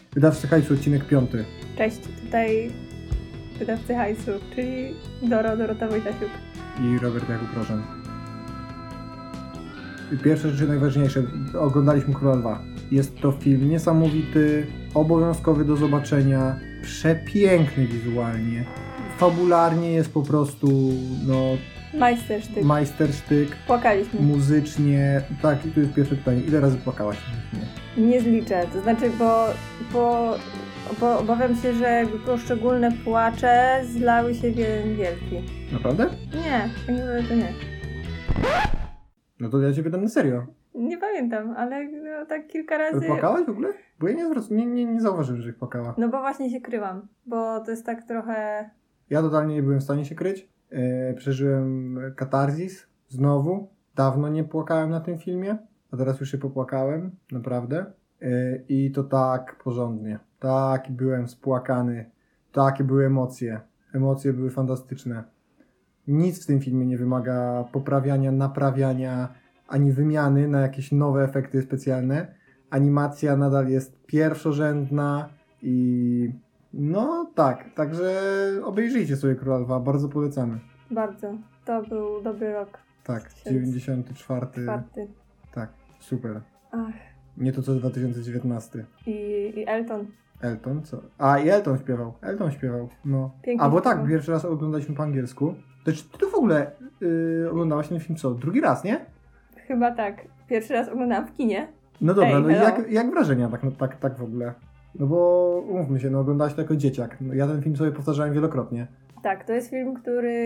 Wydawcy Hajsu, odcinek 5. Cześć, tutaj wydawcy Hajsu, czyli Dorota Wojtasiuk. I Robert Jakub Rożen. Pierwsze rzeczy najważniejsze. Oglądaliśmy Króla Lwa. Jest to film niesamowity, obowiązkowy do zobaczenia, przepiękny wizualnie. Fabularnie jest po prostu, majstersztyk. Płakaliśmy. Muzycznie. Tak, i tu jest pierwsze pytanie. Ile razy płakałaś w tym filmie? Nie zliczę, to znaczy, bo obawiam się, że poszczególne płacze zlały się w jeden wielki. Naprawdę? Nie, to nie. No to ja cię pytam na serio. Nie pamiętam, ale tak kilka razy... Płakałaś w ogóle? Bo ja nie zauważyłem, że płakała. No bo właśnie się kryłam, bo to jest tak trochę... Ja totalnie nie byłem w stanie się kryć. Przeżyłem katarzis znowu. Dawno nie płakałem na tym filmie, a teraz już się popłakałem, naprawdę. I to tak porządnie. Tak, byłem spłakany. Takie były emocje. Emocje były fantastyczne. Nic w tym filmie nie wymaga poprawiania, naprawiania, ani wymiany na jakieś nowe efekty specjalne. Animacja nadal jest pierwszorzędna i także obejrzyjcie sobie Króla Lwa, bardzo polecamy. Bardzo. To był dobry rok. Tak, 94. Tak, super. Ach. Nie to co 2019. I Elton. Elton, co? I Elton śpiewał. No. Pięknie. Bo tak, pierwszy raz oglądaliśmy po angielsku. To czy ty w ogóle oglądałaś ten film co? Drugi raz, nie? Chyba tak. Pierwszy raz oglądałam w kinie. No dobra, jak wrażenia tak w ogóle? No bo umówmy się, oglądałaś to jako dzieciak. Ja ten film sobie powtarzałem wielokrotnie. Tak, to jest film,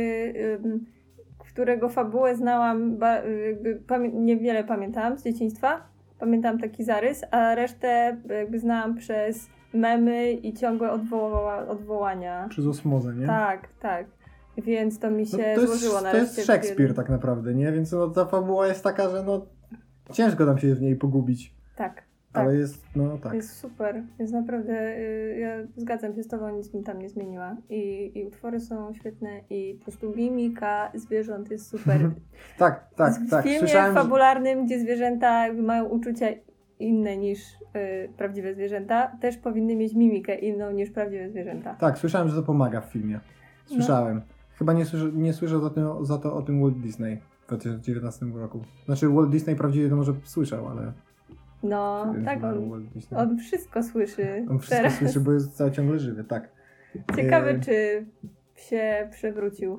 którego fabułę znałam, niewiele pamiętałam z dzieciństwa. Pamiętam taki zarys, a resztę znałam przez memy i ciągłe odwołania. Przez osmozę, nie? Tak. Więc to mi się złożyło nareszcie. To jest Szekspir tak naprawdę, nie? Więc ta fabuła jest taka, że ciężko tam się w niej pogubić. Tak. Ale jest, tak. Jest super. Jest naprawdę, ja zgadzam się z tobą, nic mi tam nie zmieniła. I utwory są świetne i po prostu mimika zwierząt jest super. tak. W filmie fabularnym, gdzie zwierzęta mają uczucia inne niż prawdziwe zwierzęta, też powinny mieć mimikę inną niż prawdziwe zwierzęta. Tak, słyszałem, że to pomaga w filmie. Słyszałem. Chyba nie słyszał za to o tym Walt Disney w 2019 roku. Znaczy Walt Disney prawdziwie to może słyszał, ale... tak, on wszystko słyszy. On wszystko słyszy, bo jest cały ciągle żywy, tak. Ciekawe, czy się przewrócił.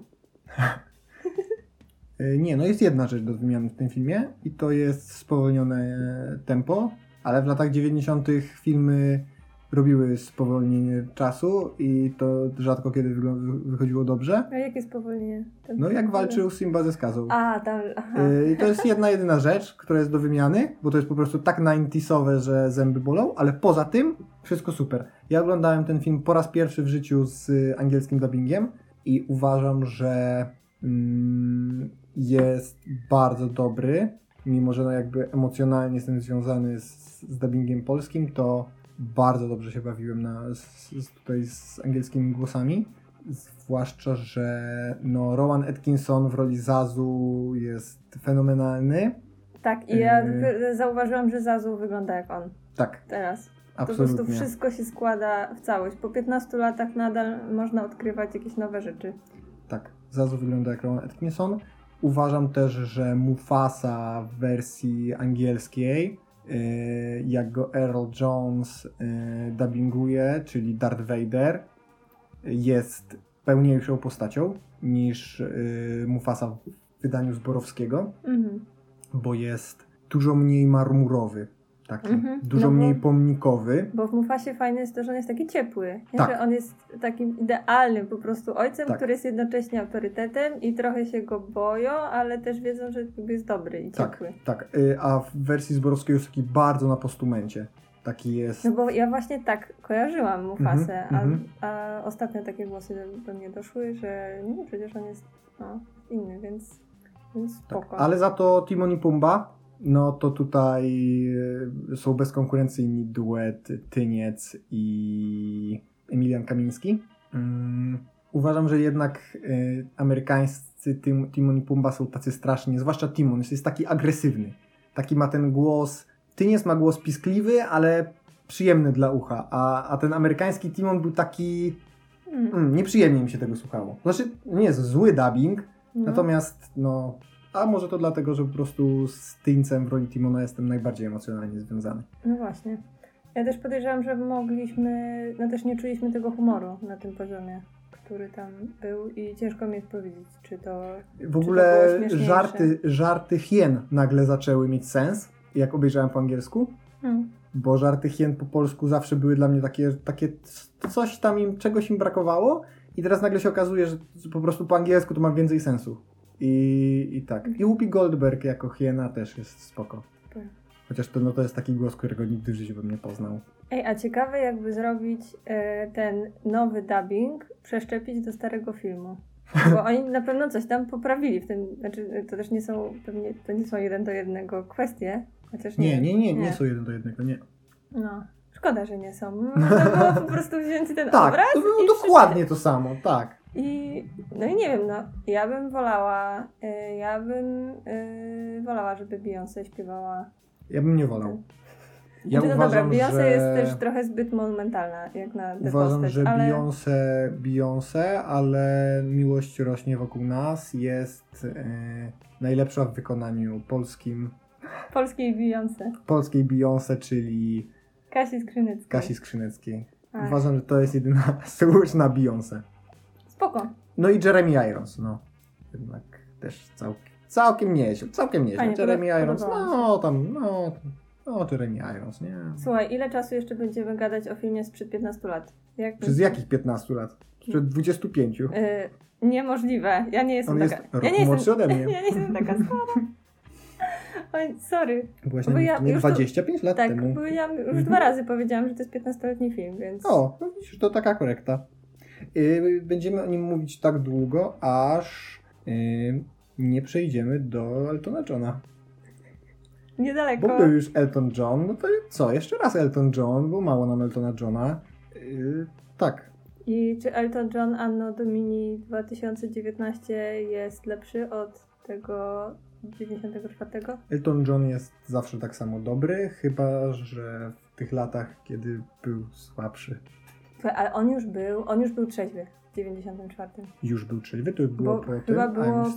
Nie, jest jedna rzecz do wymiany w tym filmie i to jest spowolnione tempo, ale w latach 90. filmy robiły spowolnienie czasu i to rzadko kiedy wychodziło dobrze. A jakie spowolnienie? Jak walczył Simba ze skazą. Aha. I to jest jedyna rzecz, która jest do wymiany, bo to jest po prostu tak 90sowe, że zęby bolą, ale poza tym wszystko super. Ja oglądałem ten film po raz pierwszy w życiu z angielskim dubbingiem i uważam, że jest bardzo dobry, mimo że jakby emocjonalnie jestem związany z dubbingiem polskim, to bardzo dobrze się bawiłem tutaj z angielskimi głosami. Zwłaszcza, że Rowan Atkinson w roli Zazu jest fenomenalny. Tak, i ja zauważyłam, że Zazu wygląda jak on. Tak. Teraz. Absolutnie. To po prostu wszystko się składa w całość. Po 15 latach nadal można odkrywać jakieś nowe rzeczy. Tak, Zazu wygląda jak Rowan Atkinson. Uważam też, że Mufasa w wersji angielskiej, jak go Earl Jones dubbinguje, czyli Darth Vader, jest pełniejszą postacią niż Mufasa w wydaniu Zborowskiego, bo jest dużo mniej marmurowy, dużo mniej pomnikowy. Bo w Mufasie fajne jest to, że on jest taki ciepły, tak. Że on jest takim idealnym po prostu ojcem, który jest jednocześnie autorytetem i trochę się go boją, ale też wiedzą, że jest dobry i ciepły. Tak. A w wersji Zborowskiego jest taki bardzo na postumencie. Taki jest... Bo ja właśnie tak kojarzyłam Mufasę, a ostatnio takie głosy do mnie doszły, że nie, przecież on jest inny, więc spoko. Tak. Ale za to Timon i Pumba, to tutaj są bezkonkurencyjni duet Tyniec i Emilian Kamiński. Uważam, że jednak amerykańscy Timon i Pumba są tacy straszni, zwłaszcza Timon jest taki agresywny. Taki ma ten głos, Tyniec ma głos piskliwy, ale przyjemny dla ucha, a ten amerykański Timon był taki... nieprzyjemnie mi się tego słuchało. Znaczy, nie jest zły dubbing, natomiast no... A może to dlatego, że po prostu z Tyńcem w roli Timona jestem najbardziej emocjonalnie związany. No właśnie. Ja też podejrzewam, że mogliśmy... No też nie czuliśmy tego humoru na tym poziomie, który tam był i ciężko mi jest powiedzieć, czy to... W ogóle żarty hien nagle zaczęły mieć sens, jak obejrzałem po angielsku. Bo żarty hien po polsku zawsze były dla mnie takie coś tam czegoś im brakowało i teraz nagle się okazuje, że po prostu po angielsku to ma więcej sensu. I tak. I Whoopi Goldberg jako hiena też jest spoko. Chociaż to jest taki głos, którego nigdy w życiu bym nie poznał. Ej, a ciekawe jakby zrobić ten nowy dubbing, przeszczepić do starego filmu. Bo oni na pewno coś tam poprawili w tym, znaczy to też nie są, pewnie to nie są 1:1 kwestie. Chociaż nie są 1:1, nie. No, szkoda, że nie są. Można było po prostu wziąć ten obraz. Tak, to było dokładnie to samo, tak. No i nie wiem, no, ja bym wolała, żeby Beyoncé śpiewała. Ja bym nie wolał. Ja uważam, dobra, Beyoncé jest też trochę zbyt monumentalna, jak na tę uważam, postać, że ale... Beyoncé, ale Miłość rośnie wokół nas jest najlepsza w wykonaniu polskim. Polskiej Beyoncé, czyli Kasi Skrzyneckiej. Uważam, że to jest jedyna słuszna Beyoncé. Spoko. No i Jeremy Irons, no. Jednak też całkiem nieźle. Jeremy Irons, Jeremy Irons, nie? Słuchaj, ile czasu jeszcze będziemy gadać o filmie sprzed 15 lat? Przez jakich 15 lat? Sprzed 25? Niemożliwe. Ja nie jestem taka... On jest młodszy ode mnie. Ja nie jestem taka stara. Oj, sorry. Byłaś na 25 lat temu. Tak, bo ja już 2 razy powiedziałam, że to jest 15-letni film, więc... O, no widzisz, to taka korekta. Będziemy o nim mówić tak długo, aż nie przejdziemy do Eltona Johna. Niedaleko. Bo był już Elton John, no to co? Jeszcze raz Elton John, bo mało nam Eltona Johna. Tak. I czy Elton John Anno Domini 2019 jest lepszy od tego 94? Elton John jest zawsze tak samo dobry, chyba że w tych latach, kiedy był słabszy. Ale on już był trzeźwy w 94. Już był trzeźwy? To było po chyba tym? Było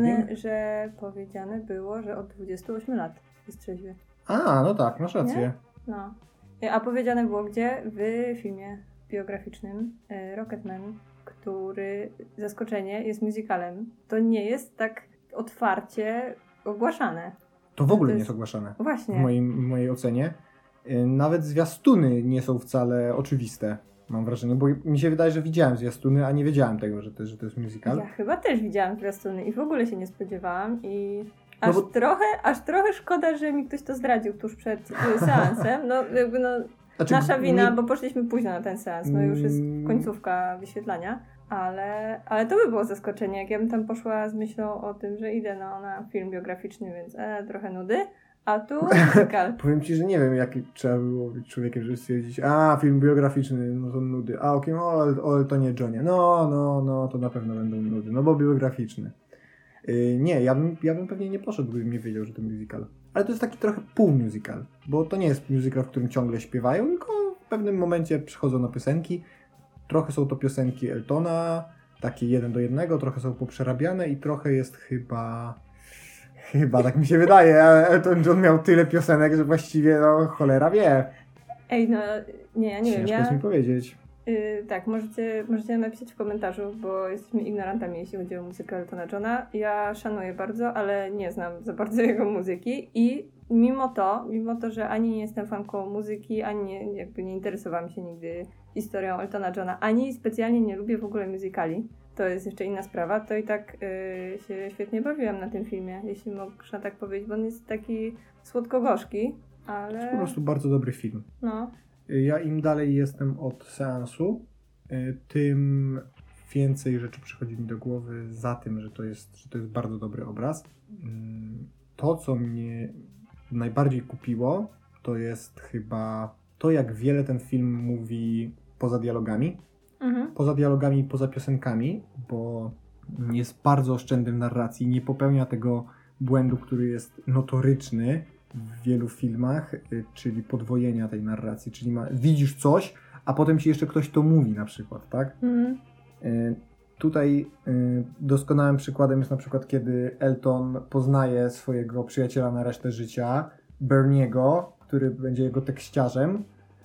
powiedziane było, że od 28 lat jest trzeźwy. A, no tak, masz rację. Nie? No. A powiedziane było gdzie? W filmie biograficznym Rocketman, który, zaskoczenie, jest musicalem. To nie jest tak otwarcie ogłaszane. To w ogóle nie jest ogłaszane. Właśnie. W mojej ocenie. Nawet zwiastuny nie są wcale oczywiste, mam wrażenie, bo mi się wydaje, że widziałem zwiastuny, a nie wiedziałem tego, że to jest musical. Ja chyba też widziałam zwiastuny i w ogóle się nie spodziewałam i aż trochę szkoda, że mi ktoś to zdradził tuż przed seansem. Znaczy, nasza wina, bo poszliśmy późno na ten seans, no już jest końcówka wyświetlania. Ale to by było zaskoczenie, jak ja bym tam poszła z myślą o tym, że idę na film biograficzny, więc trochę nudy, a tu musical. Powiem Ci, że nie wiem, jaki trzeba było być człowiekiem, żeby stwierdzić, film biograficzny, no to nudy, o Eltonie Johnie, no, to na pewno będą nudy, no bo biograficzny. Nie, ja bym pewnie nie poszedł, gdybym nie wiedział, że to musical. Ale to jest taki trochę pół-musical, bo to nie jest musical, w którym ciągle śpiewają, tylko w pewnym momencie przychodzą na piosenki. Trochę są to piosenki Eltona, takie 1:1, trochę są poprzerabiane i trochę jest chyba tak mi się wydaje, ale Elton John miał tyle piosenek, że właściwie cholera wie. Ej, no nie, ja nie wiem. Ciężko jest mi powiedzieć. Tak, możecie napisać w komentarzu, bo jesteśmy ignorantami, jeśli chodzi o muzykę Eltona Johna. Ja szanuję bardzo, ale nie znam za bardzo jego muzyki i mimo to, że ani nie jestem fanką muzyki, ani nie interesowałam się nigdy historią Eltona Johna, ani specjalnie nie lubię w ogóle musicali, to jest jeszcze inna sprawa, to i tak się świetnie bawiłam na tym filmie, jeśli można tak powiedzieć, bo on jest taki słodko-gorzki, ale... To jest po prostu bardzo dobry film. No. Ja im dalej jestem od seansu, tym więcej rzeczy przychodzi mi do głowy za tym, że to jest bardzo dobry obraz. To, co mnie najbardziej kupiło, to jest chyba to, jak wiele ten film mówi poza dialogami. Poza dialogami i poza piosenkami, bo jest bardzo oszczędny w narracji, nie popełnia tego błędu, który jest notoryczny w wielu filmach, czyli podwojenia tej narracji, czyli widzisz coś, a potem ci jeszcze ktoś to mówi na przykład, tak? Tutaj doskonałym przykładem jest na przykład, kiedy Elton poznaje swojego przyjaciela na resztę życia, Berniego, który będzie jego tekściarzem.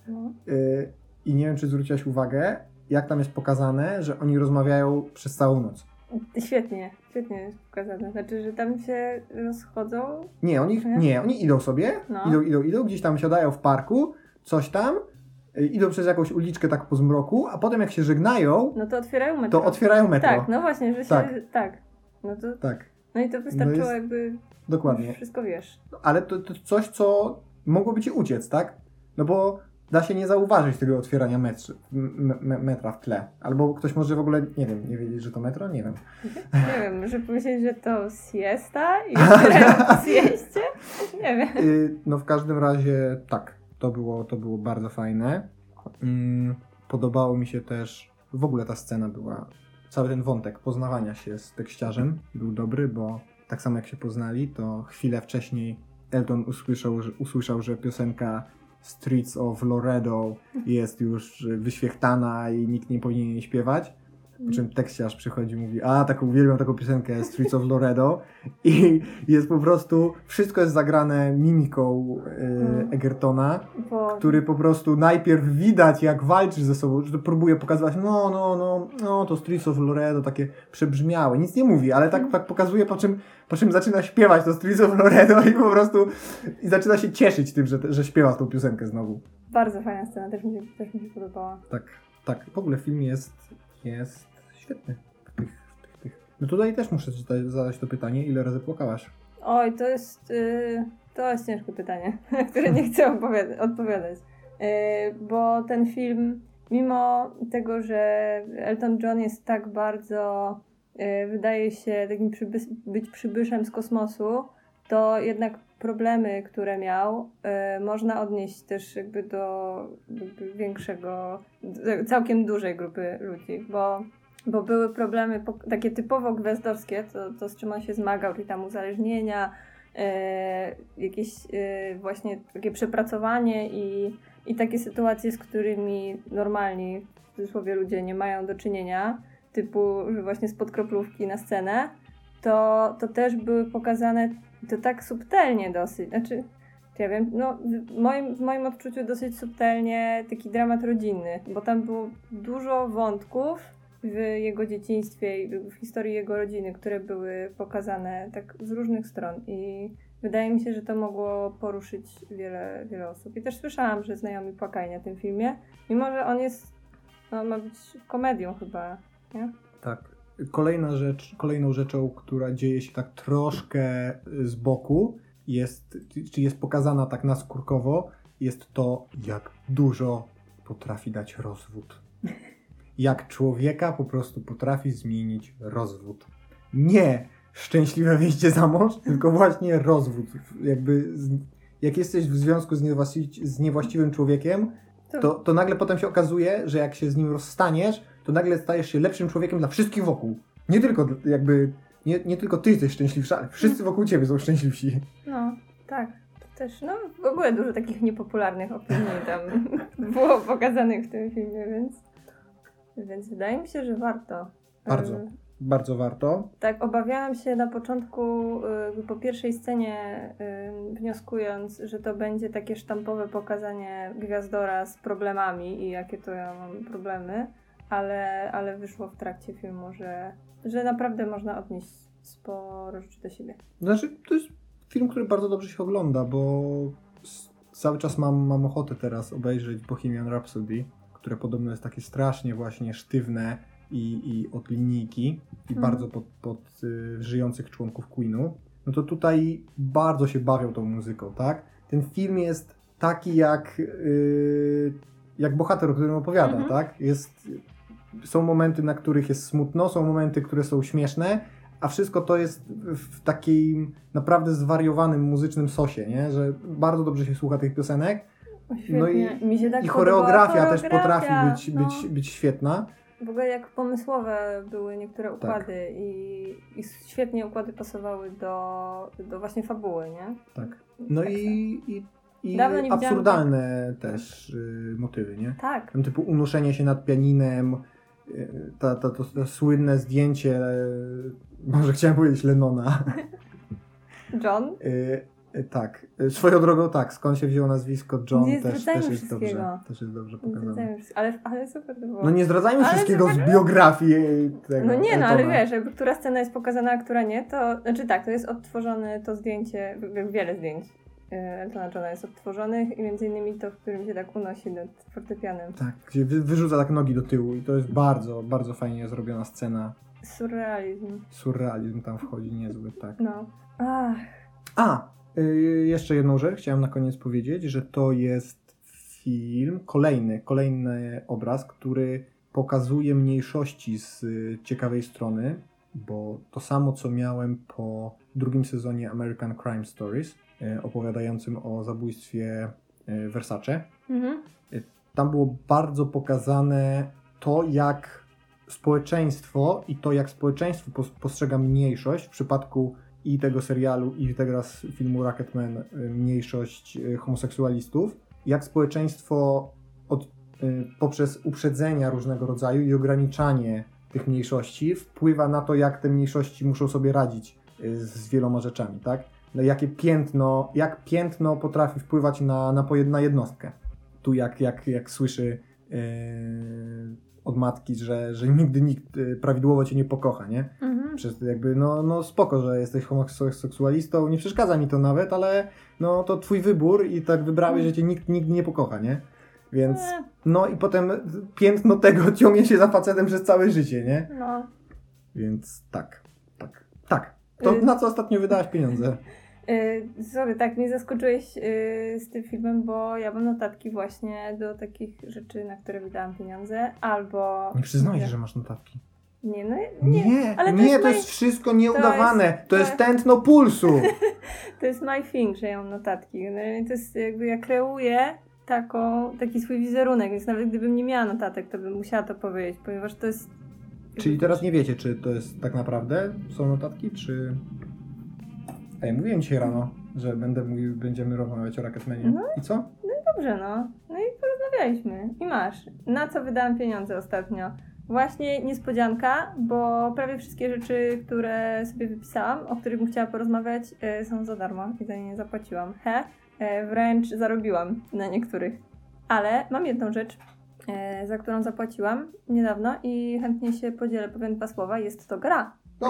I nie wiem, czy zwróciłaś uwagę, jak tam jest pokazane, że oni rozmawiają przez całą noc. Świetnie jest pokazane. Znaczy, że tam się rozchodzą? Nie, oni idą sobie, idą, gdzieś tam siadają w parku, coś tam, idą przez jakąś uliczkę tak po zmroku, a potem jak się żegnają, no to otwierają metro. Tak, no właśnie, że się... Tak. No to... Tak. No i to wystarczyło jakby... Dokładnie. Wszystko wiesz. Ale to coś, co mogłoby ci uciec, tak? No bo da się nie zauważyć tego otwierania metra w tle. Albo ktoś może w ogóle, nie wiem, nie wiedzieć, że to metro? Nie wiem. Nie wiem, może powiedzieć, że to siesta i otwierają po sieście? Nie wiem. No w każdym razie tak, to było bardzo fajne. Podobało mi się też, w ogóle ta scena była, cały ten wątek poznawania się z tekściarzem był dobry, bo tak samo jak się poznali, to chwilę wcześniej Elton usłyszał, że piosenka Streets of Laredo jest już wyświechtana i nikt nie powinien jej śpiewać. Po czym tekściarz przychodzi i mówi, uwielbiam taką piosenkę Streets of Laredo i jest po prostu, wszystko jest zagrane mimiką Egertona, który po prostu najpierw widać jak walczy ze sobą, że to próbuje pokazywać, to Streets of Laredo takie przebrzmiałe, nic nie mówi, ale tak pokazuje, po czym zaczyna śpiewać to Streets of Laredo i po prostu i zaczyna się cieszyć tym, że śpiewa tą piosenkę znowu. Bardzo fajna scena, też mi się podobała. Tak, w ogóle film jest świetny w tych. No tutaj też muszę zadać to pytanie, ile razy płakałaś? Oj, to jest ciężkie pytanie, na które nie chcę odpowiadać. Bo ten film, mimo tego, że Elton John jest tak bardzo, wydaje się takim być przybyszem z kosmosu, to jednak problemy, które miał, można odnieść też jakby do całkiem dużej grupy ludzi, bo były problemy takie typowo gwiazdowskie, to z czym on się zmagał, czyli tam uzależnienia, jakieś właśnie takie przepracowanie i takie sytuacje, z którymi normalni w cudzysłowie ludzie nie mają do czynienia, typu, że właśnie spod kroplówki na scenę, to też były pokazane to tak subtelnie dosyć, znaczy ja wiem, w moim odczuciu dosyć subtelnie taki dramat rodzinny, bo tam było dużo wątków w jego dzieciństwie i w historii jego rodziny, które były pokazane tak z różnych stron i wydaje mi się, że to mogło poruszyć wiele osób. I też słyszałam, że znajomi płakali na tym filmie, mimo że on ma być komedią chyba, nie? Tak. Kolejną rzeczą, która dzieje się tak troszkę z boku, jest pokazana tak naskórkowo, jest to, jak dużo potrafi dać rozwód. Jak człowieka po prostu potrafi zmienić rozwód. Nie szczęśliwe wyjście za mąż, tylko właśnie rozwód. Jak jesteś w związku z niewłaściwym człowiekiem, to nagle potem się okazuje, że jak się z nim rozstaniesz, to nagle stajesz się lepszym człowiekiem dla wszystkich wokół. Nie tylko nie tylko ty jesteś szczęśliwsza, ale wszyscy wokół ciebie są szczęśliwsi. No, tak. To też, w ogóle dużo takich niepopularnych opinii tam było pokazanych w tym filmie, więc wydaje mi się, że warto. Bardzo warto. Tak, obawiałam się na początku, po pierwszej scenie, wnioskując, że to będzie takie sztampowe pokazanie gwiazdora z problemami i jakie to ja mam problemy, ale wyszło w trakcie filmu, że naprawdę można odnieść sporo rzeczy do siebie. Znaczy, to jest film, który bardzo dobrze się ogląda, bo cały czas mam ochotę teraz obejrzeć Bohemian Rhapsody, które podobno jest takie strasznie właśnie sztywne i od linijki i bardzo pod żyjących członków Queenu. No to tutaj bardzo się bawią tą muzyką, tak? Ten film jest taki jak bohater, o którym opowiada, tak? Są momenty, na których jest smutno, są momenty, które są śmieszne, a wszystko to jest w takim naprawdę zwariowanym muzycznym sosie, nie? Że bardzo dobrze się słucha tych piosenek. Świetnie. No mi się tak i choreografia też potrafi być świetna. W ogóle jak pomysłowe były niektóre układy i świetnie układy pasowały do właśnie fabuły, nie? Tak. No tak i absurdalne też motywy, nie? Tak. Tam typu unoszenie się nad pianinem, to słynne zdjęcie, może chciałem powiedzieć Lennona. John? Tak. Swoją drogą tak, skąd się wzięło nazwisko John nie też jest dobrze. Też jest dobrze pokazane. Ale super to było. No nie zdradzajmy wszystkiego z biografii tego. No nie, no ale wiesz, jakby która scena jest pokazana, a która nie, to znaczy tak, to jest odtworzone to zdjęcie, wiele zdjęć Eltona Johna jest odtworzonych i między innymi to, w którym się tak unosi nad fortepianem. Tak, gdzie wyrzuca tak nogi do tyłu i to jest bardzo, bardzo fajnie zrobiona scena. Surrealizm tam wchodzi niezły, tak. No. Jeszcze jedną rzecz chciałem na koniec powiedzieć, że to jest film, kolejny obraz, który pokazuje mniejszości z ciekawej strony, bo to samo, co miałem po drugim sezonie American Crime Stories, opowiadającym o zabójstwie Versace. Mhm. Tam było bardzo pokazane to, jak społeczeństwo postrzega mniejszość w przypadku i tego serialu, i teraz filmu Rocketman, mniejszość homoseksualistów, jak społeczeństwo poprzez uprzedzenia różnego rodzaju i ograniczanie tych mniejszości wpływa na to, jak te mniejszości muszą sobie radzić z wieloma rzeczami, tak? No, jak piętno potrafi wpływać na jednostkę. Tu jak słyszy od matki, że nigdy nikt prawidłowo cię nie pokocha, nie? Mhm. Przez jakby, no spoko, że jesteś homoseksualistą, nie przeszkadza mi to nawet, ale no to twój wybór i tak wybrałeś, że cię nikt nigdy nie pokocha, nie? Więc, no i potem piętno tego ciągnie się za facetem przez całe życie, nie? No. Więc tak. To na co ostatnio wydałaś pieniądze? Sorry, tak mnie zaskoczyłeś z tym filmem, bo ja mam notatki właśnie do takich rzeczy, na które wydałam pieniądze, albo... Nie przyznajesz, że masz notatki. Nie, ale to jest wszystko nieudawane. To jest tętno pulsu. To jest my thing, że ja mam notatki. No, to jest jakby ja kreuję taki swój wizerunek, więc nawet gdybym nie miała notatek, to bym musiała to powiedzieć, ponieważ to jest... Czyli teraz nie wiecie, czy to jest tak naprawdę są notatki, czy... Mówiłem dzisiaj rano, że będziemy rozmawiać o Rocketmanie. No, i co? No i dobrze, no. No i porozmawialiśmy. I masz. Na co wydałam pieniądze ostatnio? Właśnie niespodzianka, bo prawie wszystkie rzeczy, które sobie wypisałam, o których bym chciała porozmawiać, są za darmo i za nie nie zapłaciłam. Wręcz zarobiłam na niektórych. Ale mam jedną rzecz, za którą zapłaciłam niedawno i chętnie się podzielę, powiem 2 słowa. Jest to gra.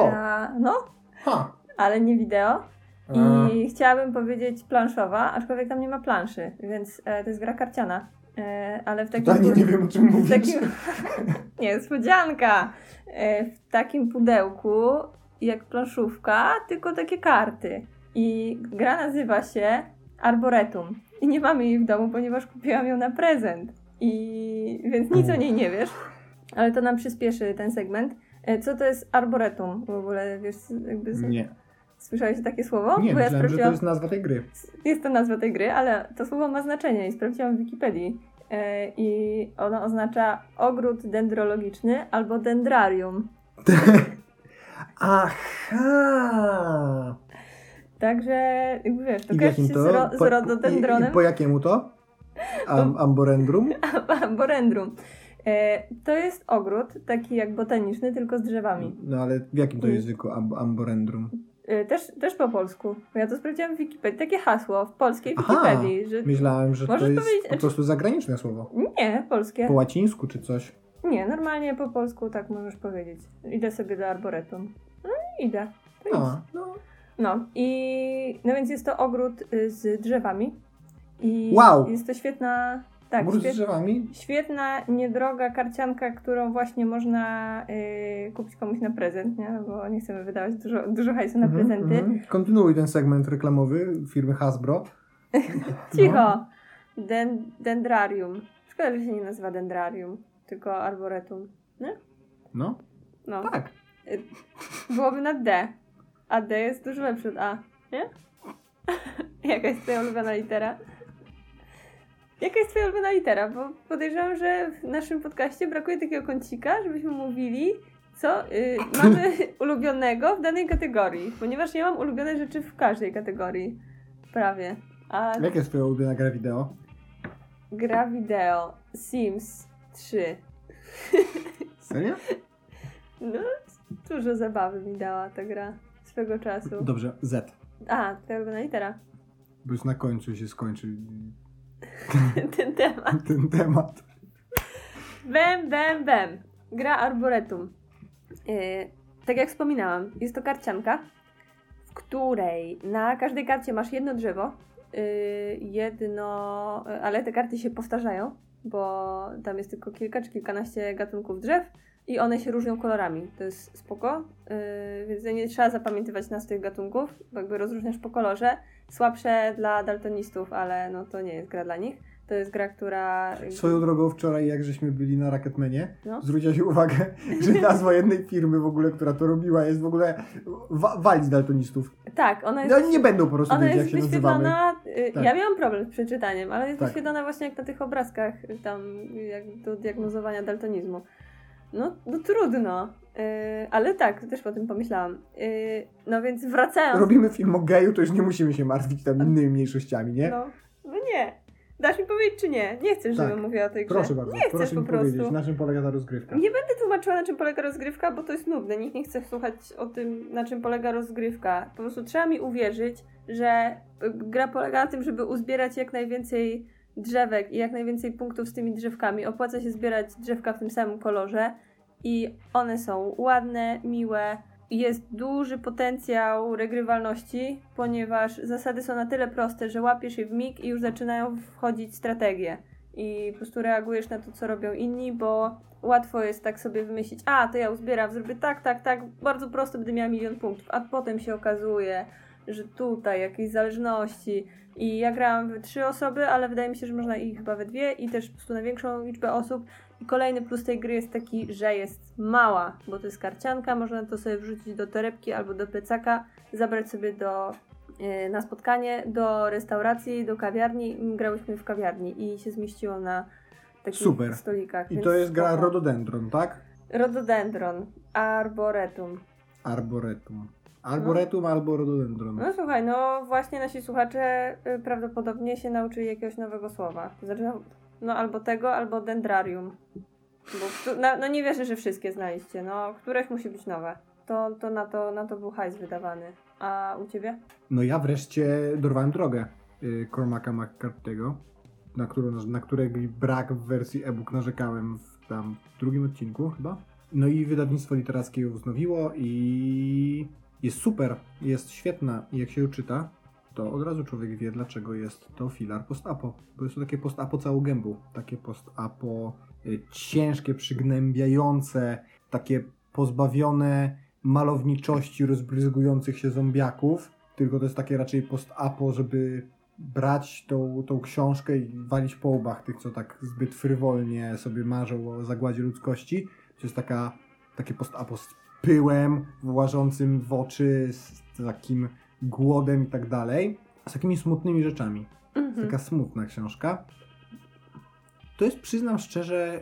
Ale nie wideo. I chciałabym powiedzieć planszowa, aczkolwiek tam nie ma planszy, więc to jest gra karciana. Ale w takim... nie wiem, o czym mówisz. Niespodzianka! W takim pudełku jak planszówka, tylko takie karty. I gra nazywa się Arboretum. I nie mamy jej w domu, ponieważ kupiłam ją na prezent. Więc nic o niej nie wiesz. Ale to nam przyspieszy ten segment. Co to jest Arboretum? W ogóle wiesz, jakby... Nie. Słyszałeś takie słowo? Nie, myślałem, że to jest nazwa tej gry. Jest to nazwa tej gry, ale to słowo ma znaczenie i sprawdziłam w Wikipedii. I ono oznacza ogród dendrologiczny albo dendrarium. Aha! Także, jakby wiesz, to kojarzy się z rododendronem. I po jakiemu to? Amborendrum? Amborendrum. To jest ogród, taki jak botaniczny, tylko z drzewami. No ale w jakim to języku amborendrum? Też po polsku. Ja to sprawdziłam w Wikipedii. Takie hasło w polskiej Wikipedii. Że myślałem, że to jest po prostu zagraniczne słowo. Nie, polskie. Po łacińsku czy coś? Nie, normalnie po polsku tak możesz powiedzieć. Idę sobie do Arboretum. No i idę. No więc jest to ogród z drzewami. I wow! Jest to świetna... Tak, z drzewami? Świetna, niedroga karcianka, którą właśnie można kupić komuś na prezent, nie? Bo nie chcemy wydawać dużo hajsu na prezenty. Kontynuuj ten segment reklamowy firmy Hasbro. Cicho! Dendrarium. Szkoda, że się nie nazywa dendrarium, tylko arboretum. Nie? No. Tak. Byłoby na D. A D jest dużo lepsze od A, nie? Jaka jest twoja ulubiona litera? Jaka jest twoja ulubiona litera? Bo podejrzewam, że w naszym podcaście brakuje takiego kącika, żebyśmy mówili, co mamy ulubionego w danej kategorii. Ponieważ ja mam ulubione rzeczy w każdej kategorii. Prawie. A Jaka jest twoja ulubiona gra wideo? gra wideo Sims 3. Serio? No, dużo zabawy mi dała ta gra swego czasu. Dobrze, Z. A, twoja ulubiona litera. Bo już na końcu się skończy Ten temat. ten temat. Bem. Gra Arboretum. Tak jak wspominałam, jest to karcianka, w której na każdej karcie masz jedno drzewo, ale te karty się powtarzają, bo tam jest tylko kilka czy kilkanaście gatunków drzew i one się różnią kolorami. To jest spoko, więc nie trzeba zapamiętywać nas tych gatunków, bo jakby rozróżniasz po kolorze. Słabsze dla daltonistów, ale no to nie jest gra dla nich. To jest gra, która... Swoją drogą wczoraj, jak żeśmy byli na Rocketmanie, No. zwróciłaś uwagę, że nazwa jednej firmy w ogóle, która to robiła, jest w ogóle wali z daltonistów. Tak, ona jest... No nie będą po prostu Ona wiedzieć, jak jest się nazywamy. wyświetlona... Tak. Ja miałam problem z przeczytaniem, ale jest Tak. wyświetlona właśnie jak na tych obrazkach tam jak do diagnozowania daltonizmu. No trudno. Ale tak, też o tym pomyślałam. No więc wracając... Robimy film o geju, to już nie musimy się martwić tam innymi mniejszościami, nie? No nie. Dasz mi powiedzieć czy nie? Nie chcesz, żebym mówiła o tej grze. Proszę bardzo, Nie chcesz proszę po mi prostu. powiedzieć, na czym polega ta rozgrywka. Nie będę tłumaczyła, na czym polega rozgrywka, bo to jest nudne. Nikt nie chce słuchać o tym, na czym polega rozgrywka. Po prostu trzeba mi uwierzyć, że gra polega na tym, żeby uzbierać jak najwięcej drzewek i jak najwięcej punktów z tymi drzewkami. Opłaca się zbierać drzewka w tym samym kolorze i one są ładne, miłe. Jest duży potencjał regrywalności, ponieważ zasady są na tyle proste, że łapiesz je w mig i już zaczynają wchodzić strategie. I po prostu reagujesz na to, co robią inni, bo łatwo jest tak sobie wymyślić, to ja uzbieram, zrobię tak, bardzo prosto, będę miała 1 000 000 punktów, a potem się okazuje, że tutaj jakieś zależności i ja grałam w 3 osoby, ale wydaje mi się, że można ich chyba we 2 i też po prostu na większą liczbę osób. I kolejny plus tej gry jest taki, że jest mała, bo to jest karcianka, można to sobie wrzucić do torebki albo do plecaka, zabrać sobie na spotkanie, do restauracji, do kawiarni. Grałyśmy w kawiarni i się zmieściło na takich Super. stolikach. I więc to jest gra spoko. Rhododendron, tak? Rhododendron, Arboretum. Arboretum. Arboretum albo Rhododendron. No słuchaj, no właśnie nasi słuchacze prawdopodobnie się nauczyli jakiegoś nowego słowa. To znaczy, albo tego, albo dendrarium. Bo no nie wierzę, że wszystkie znaliście. No, któreś musi być nowe. To na to był hajs wydawany. A u ciebie? No ja wreszcie dorwałem drogę Cormaca McCarthy'ego, na której brak w wersji e-book narzekałem w drugim odcinku chyba. No i wydawnictwo literackie ją wznowiło i jest super, jest świetna i jak się ją czyta, to od razu człowiek wie, dlaczego jest to filar post-apo. Bo jest to takie post-apo całą gębą. Takie post-apo ciężkie, przygnębiające, takie pozbawione malowniczości rozbryzgujących się zombiaków. Tylko to jest takie raczej post-apo, żeby brać tą książkę i walić po łbach tych, co tak zbyt frywolnie sobie marzą o zagładzie ludzkości. To jest takie post-apo z pyłem włażącym w oczy, z takim głodem i tak dalej. Z takimi smutnymi rzeczami. Taka smutna książka. To jest, przyznam szczerze,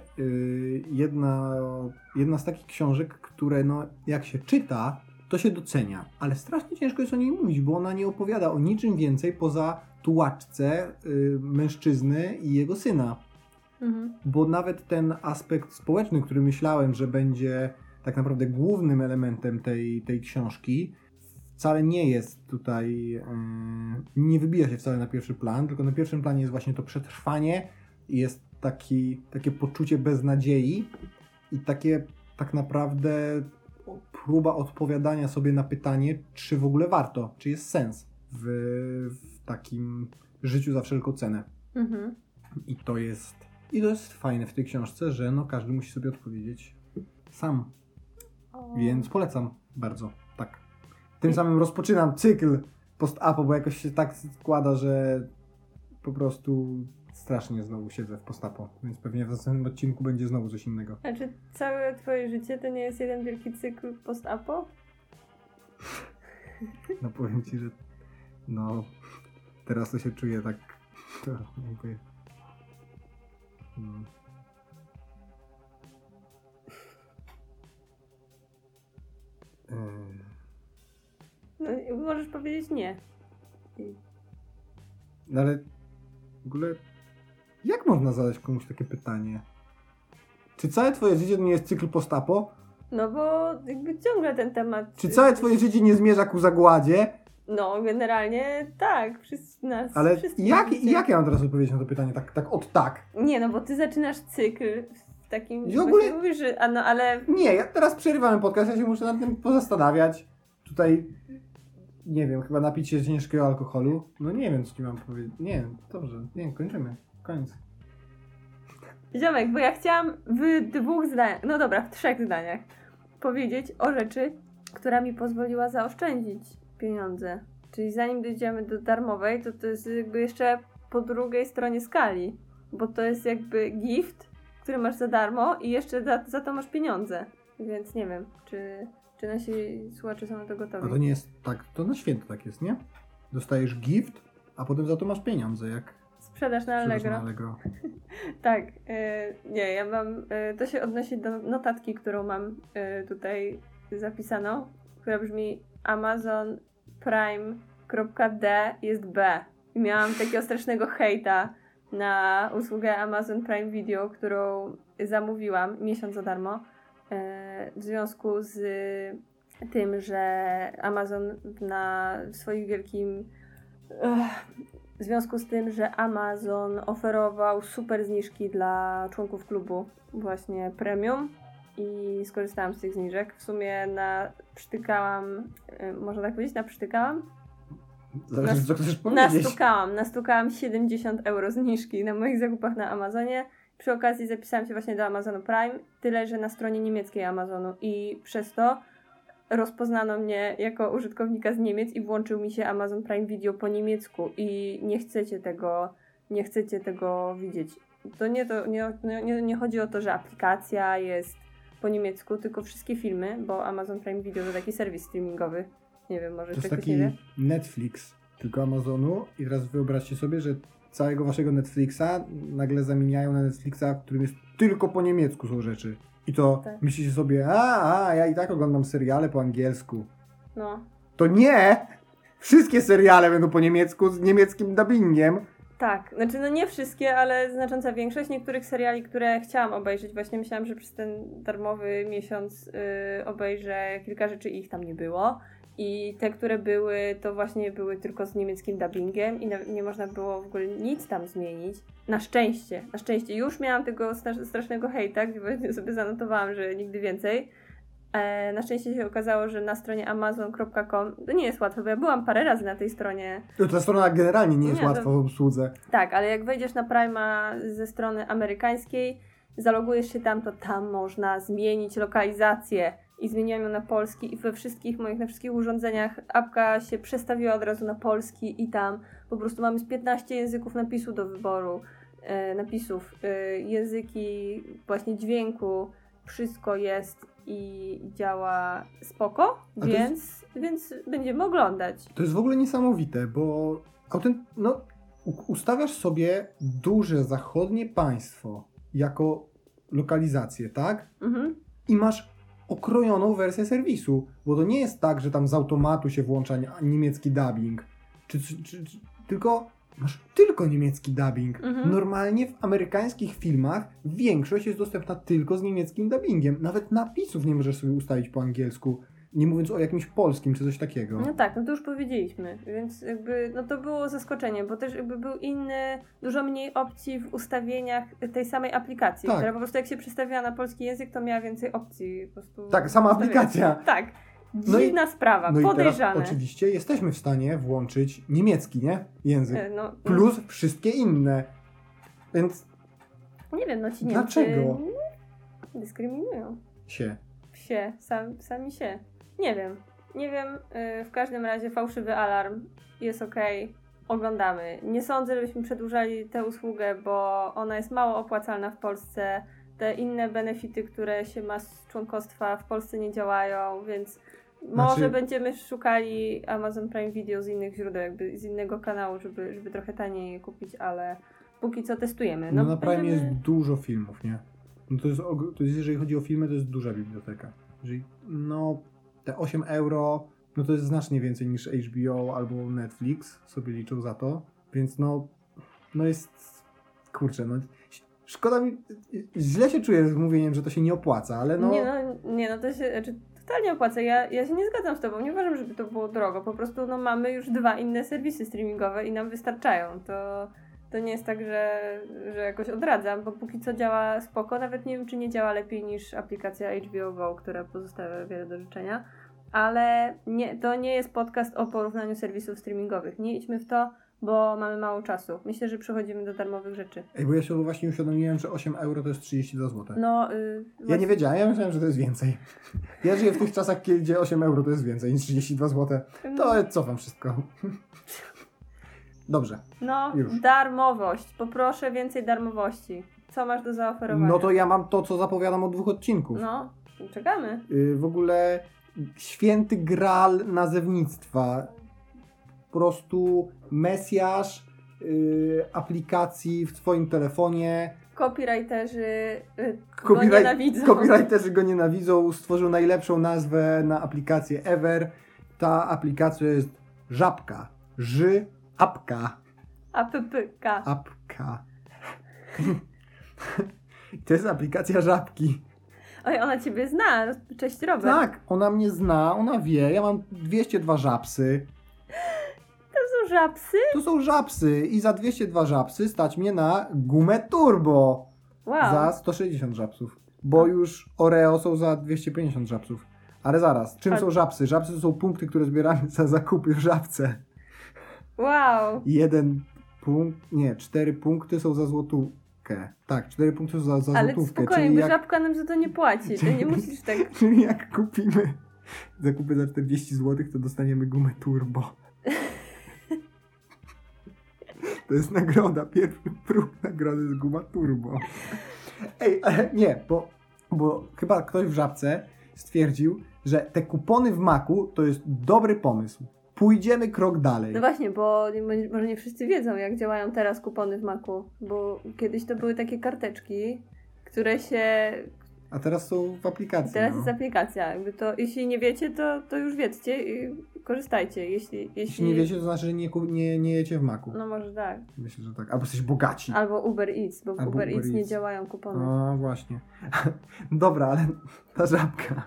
jedna z takich książek, które no, jak się czyta, to się docenia. Ale strasznie ciężko jest o niej mówić, bo ona nie opowiada o niczym więcej poza tułaczce mężczyzny i jego syna. Bo nawet ten aspekt społeczny, który myślałem, że będzie tak naprawdę głównym elementem tej książki, wcale nie jest tutaj, nie wybija się wcale na pierwszy plan, tylko na pierwszym planie jest właśnie to przetrwanie i jest takie poczucie beznadziei i takie tak naprawdę próba odpowiadania sobie na pytanie, czy w ogóle warto, czy jest sens w takim życiu za wszelką cenę. I to jest fajne w tej książce, że no każdy musi sobie odpowiedzieć sam. Więc polecam bardzo, tak. Tym samym rozpoczynam cykl post-apo, bo jakoś się tak składa, że po prostu strasznie znowu siedzę w post-apo, więc pewnie w następnym odcinku będzie znowu coś innego. A czy całe twoje życie to nie jest jeden wielki cykl post-apo? No powiem ci, że no teraz to się czuję tak... Dziękuję. No, możesz powiedzieć nie. No ale w ogóle jak można zadać komuś takie pytanie? Czy całe twoje życie to nie jest cykl post-apo? No bo jakby ciągle ten temat... Czy całe twoje życie nie zmierza ku zagładzie? No, generalnie tak. Wszyscy nas... Ale wszyscy jak ja mam teraz odpowiedzieć na to pytanie? Tak od tak. Nie, no bo ty zaczynasz cykl w takim... I w ogóle... Właśnie mówisz, że... no ale... Nie, ja teraz przerywamy podcast, ja się muszę nad tym pozastanawiać. Tutaj, nie wiem, chyba napić się ciężkiego alkoholu. No nie wiem, co ci mam powiedzieć. Nie wiem, dobrze. Nie, kończymy. Koniec. Ziomek, bo ja chciałam w 2 zdaniach, no dobra, w 3 zdaniach powiedzieć o rzeczy, która mi pozwoliła zaoszczędzić pieniądze. Czyli zanim dojdziemy do darmowej, to jest jakby jeszcze po drugiej stronie skali. Bo to jest jakby gift, który masz za darmo i jeszcze za to masz pieniądze. Więc nie wiem, czy nasi słuchacze są na to gotowi. A to nie jest tak, to na święto tak jest, nie? Dostajesz gift, a potem za to masz pieniądze, jak Sprzedaż na Allegro. Tak, nie, ja mam, to się odnosi do notatki, którą mam tutaj zapisaną, która brzmi Amazon Prime.d jest B. I miałam takiego strasznego hejta na usługę Amazon Prime Video, którą zamówiłam miesiąc za darmo, w związku z tym, że Amazon w swoim wielkim... W związku z tym, że Amazon oferował super zniżki dla członków klubu właśnie premium i skorzystałam z tych zniżek. W sumie naprztykałam, można tak powiedzieć, Zależy, co chcesz powiedzieć. Nastukałam 70 euro zniżki na moich zakupach na Amazonie. Przy okazji zapisałam się właśnie do Amazonu Prime, tyle że na stronie niemieckiej Amazonu i przez to rozpoznano mnie jako użytkownika z Niemiec i włączył mi się Amazon Prime Video po niemiecku i nie chcecie tego widzieć. Nie chodzi o to, że aplikacja jest po niemiecku, tylko wszystkie filmy, bo Amazon Prime Video to taki serwis streamingowy. Nie wiem, może to jest ktoś taki nie wie. Netflix, tylko Amazonu i teraz wyobraźcie sobie, że całego waszego Netflixa nagle zamieniają na Netflixa, w którym jest tylko po niemiecku są rzeczy. I to tak. Myślicie sobie, ja i tak oglądam seriale po angielsku. No. To nie! Wszystkie seriale będą po niemiecku z niemieckim dubbingiem. Tak, znaczy no nie wszystkie, ale znacząca większość niektórych seriali, które chciałam obejrzeć. Właśnie myślałam, że przez ten darmowy miesiąc obejrzę kilka rzeczy i ich tam nie było. I te, które były, to właśnie były tylko z niemieckim dubbingiem i nie można było w ogóle nic tam zmienić. Na szczęście. Już miałam tego strasznego hejta, gdzie właśnie sobie zanotowałam, że nigdy więcej. Na szczęście się okazało, że na stronie amazon.com to nie jest łatwe, bo ja byłam parę razy na tej stronie. Ta strona generalnie nie jest łatwa w obsłudze. Tak, ale jak wejdziesz na Prime'a ze strony amerykańskiej, zalogujesz się tam, to tam można zmienić lokalizację. I zmieniłam ją na polski i na wszystkich urządzeniach apka się przestawiła od razu na polski i tam po prostu mamy z 15 języków napisu do wyboru, języki właśnie dźwięku, wszystko jest i działa spoko, więc będziemy oglądać. To jest w ogóle niesamowite, bo ustawiasz sobie duże zachodnie państwo jako lokalizację, tak? Mhm. I masz okrojoną wersję serwisu, bo to nie jest tak, że tam z automatu się włącza niemiecki dubbing, tylko masz tylko niemiecki dubbing. Mhm. Normalnie w amerykańskich filmach większość jest dostępna tylko z niemieckim dubbingiem. Nawet napisów nie możesz sobie ustawić po angielsku, nie mówiąc o jakimś polskim czy coś takiego. No tak, no to już powiedzieliśmy, więc jakby no to było zaskoczenie, bo też jakby był dużo mniej opcji w ustawieniach tej samej aplikacji, tak. Która po prostu jak się przestawiała na polski język, to miała więcej opcji po prostu. Tak, sama aplikacja. Tak. Dziwna sprawa, podejrzane. Teraz oczywiście jesteśmy w stanie włączyć niemiecki, nie? Język. Plus wszystkie inne. Więc nie wiem, no ci Niemcy dlaczego? Dyskryminują. Sami się. Nie wiem, w każdym razie fałszywy alarm jest okej. Oglądamy. Nie sądzę, żebyśmy przedłużali tę usługę, bo ona jest mało opłacalna w Polsce. Te inne benefity, które się ma z członkostwa w Polsce nie działają, więc może będziemy szukali Amazon Prime Video z innych źródeł, jakby z innego kanału, żeby trochę taniej je kupić, ale póki co testujemy. No na Prime jest dużo filmów, nie? No to jest, jeżeli chodzi o filmy, to jest duża biblioteka. Jeżeli, no te 8 euro, no to jest znacznie więcej niż HBO albo Netflix, sobie liczą za to, więc no jest, kurczę, no szkoda mi, źle się czuję z mówieniem, że to się nie opłaca, ale no... Nie no, to się, znaczy totalnie opłaca. Ja się nie zgadzam z tobą, nie uważam, żeby to było drogo, po prostu no mamy już 2 inne serwisy streamingowe i nam wystarczają, to nie jest tak, że jakoś odradzam, bo póki co działa spoko, nawet nie wiem, czy nie działa lepiej niż aplikacja HBO Go, która pozostawia wiele do życzenia, ale to nie jest podcast o porównaniu serwisów streamingowych. Nie idźmy w to, bo mamy mało czasu. Myślę, że przechodzimy do darmowych rzeczy. Ej, bo ja się właśnie uświadomiłem, że 8 euro to jest 32 zł. No, ja nie wiedziałem, ja myślałem, że to jest więcej. Ja żyję w tych czasach, gdzie 8 euro to jest więcej niż 32 zł. To cofam wszystko. Dobrze. No, już. Darmowość. Poproszę więcej darmowości. Co masz do zaoferowania? No to ja mam to, co zapowiadam od 2 odcinków. No, czekamy. W ogóle święty graal nazewnictwa. Po prostu mesjasz aplikacji w twoim telefonie. Copywriterzy go nienawidzą. Copywriterzy go nienawidzą. Stworzył najlepszą nazwę na aplikację ever. Ta aplikacja jest Żabka. Apka. Apka. Apka. To jest aplikacja Żabki. Oj, ona ciebie zna. Cześć, Robert. Tak, ona mnie zna, ona wie. Ja mam 202 żabsy. To są żabsy? To są żabsy i za 202 żabsy stać mnie na gumę turbo. Wow. Za 160 żabsów. Bo już Oreo są za 250 żabsów. Ale zaraz, czym są żabsy? Żabsy to są punkty, które zbieramy za zakupy w żabce. Wow. 4 punkty są za złotówkę. Tak, 4 punkty są za ale złotówkę. spokojnie, bo żabka nam za to nie płaci. Ty nie musisz tak... Czyli jak kupimy zakupy za 40 zł, to dostaniemy gumę turbo. To jest nagroda. Pierwszy próg nagrody jest guma turbo. Ej, ale nie, bo chyba ktoś w Żabce stwierdził, że te kupony w Macu to jest dobry pomysł. Pójdziemy krok dalej. No właśnie, bo może nie wszyscy wiedzą, jak działają teraz kupony w Macu, bo kiedyś to były takie karteczki, które się... A teraz są w aplikacji. Teraz jest aplikacja. Jakby to, jeśli nie wiecie, to już wiedzcie i korzystajcie. Jeśli nie wiecie, to znaczy, że nie jecie w Macu. No może tak. Myślę, że tak. Albo jesteś bogaci. Albo Uber Eats, bo w Uber Eats nie działają kupony. No właśnie. Dobra, ale ta Żabka.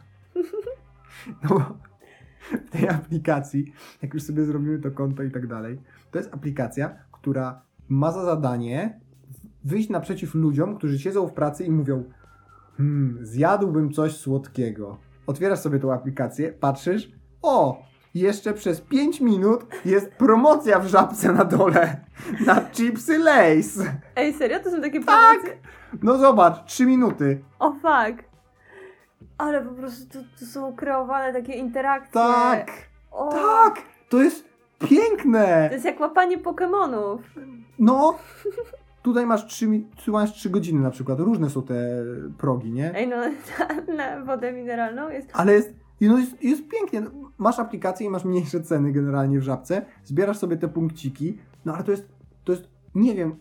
No bo w tej aplikacji, jak już sobie zrobimy to konto i tak dalej, to jest aplikacja, która ma za zadanie wyjść naprzeciw ludziom, którzy siedzą w pracy i mówią: zjadłbym coś słodkiego. Otwierasz sobie tą aplikację, patrzysz, jeszcze przez 5 minut jest promocja w Żabce na dole na chipsy Lay's. Ej, serio? To są takie promocje? Tak! No zobacz, 3 minuty. O fuck! Ale po prostu tu są kreowane takie interakcje. Tak! Tak! To jest piękne! To jest jak łapanie Pokemonów. No! Tutaj masz 3 godziny na przykład. Różne są te progi, nie? Ej, no na wodę mineralną jest... Ale jest pięknie. Masz aplikację i masz mniejsze ceny generalnie w Żabce. Zbierasz sobie te punkciki. No ale to jest nie wiem.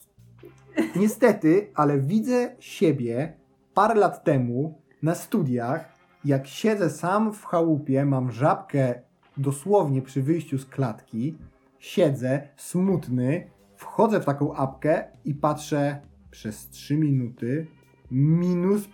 Niestety, ale widzę siebie parę lat temu na studiach, jak siedzę sam w chałupie, mam Żabkę dosłownie przy wyjściu z klatki, siedzę smutny, wchodzę w taką apkę i patrzę przez 3 minuty minus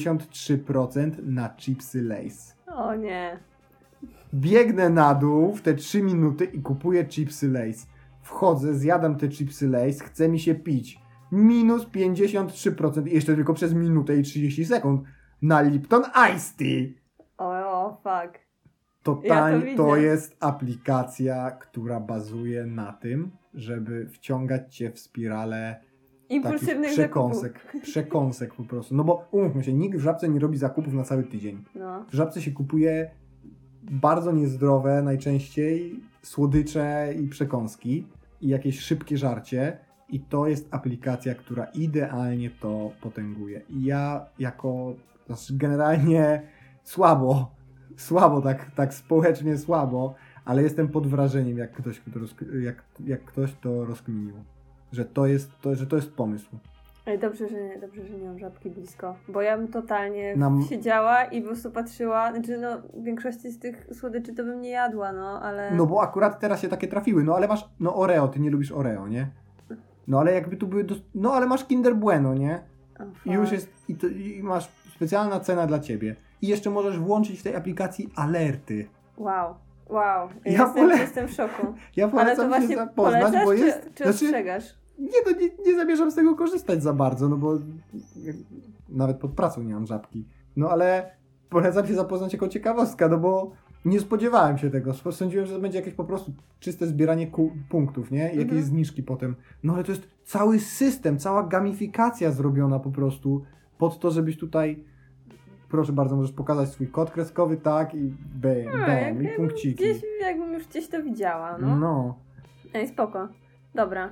53% na chipsy Lay's. O nie. Biegnę na dół w te 3 minuty i kupuję chipsy Lay's. Wchodzę, zjadam te chipsy Lay's, chce mi się pić. Minus 53% i jeszcze tylko przez minutę i 30 sekund na Lipton Ice Tea. O fuck. Totalnie, to jest aplikacja, która bazuje na tym, żeby wciągać cię w spiralę impulsywnych przekąsek po prostu. No bo umówmy się, nikt w Żabce nie robi zakupów na cały tydzień. No. W Żabce się kupuje bardzo niezdrowe, najczęściej słodycze i przekąski i jakieś szybkie żarcie i to jest aplikacja, która idealnie to potęguje. I ja generalnie słabo, tak społecznie słabo, ale jestem pod wrażeniem, jak ktoś to rozkminił. że to jest pomysł. Ale dobrze, że nie mam Żabki blisko, bo ja bym totalnie Nam- siedziała i po prostu patrzyła, znaczy no w większości z tych słodyczy to bym nie jadła, no ale... No bo akurat teraz się takie trafiły, no ale masz, no Oreo, ty nie lubisz Oreo, nie? No ale jakby tu były, no ale masz Kinder Bueno, nie? I już jest, i masz specjalna cena dla ciebie. I jeszcze możesz włączyć w tej aplikacji alerty. Wow. Jestem w szoku. Ja Ale to polecam się właśnie zapoznać, polecasz, bo jest... czy ostrzegasz? Nie zamierzam z tego korzystać za bardzo, no bo nawet pod pracą nie mam Żabki. No ale polecam się zapoznać jako ciekawostka, no bo nie spodziewałem się tego. Sądziłem, że to będzie jakieś po prostu czyste zbieranie punktów, nie? I jakieś zniżki potem. No ale to jest cały system, cała gamifikacja zrobiona po prostu pod to, żebyś tutaj... Proszę bardzo, możesz pokazać swój kod kreskowy, tak, i bam, i punkciki. Jakbym już gdzieś to widziała, no. No. Ej, spoko. Dobra.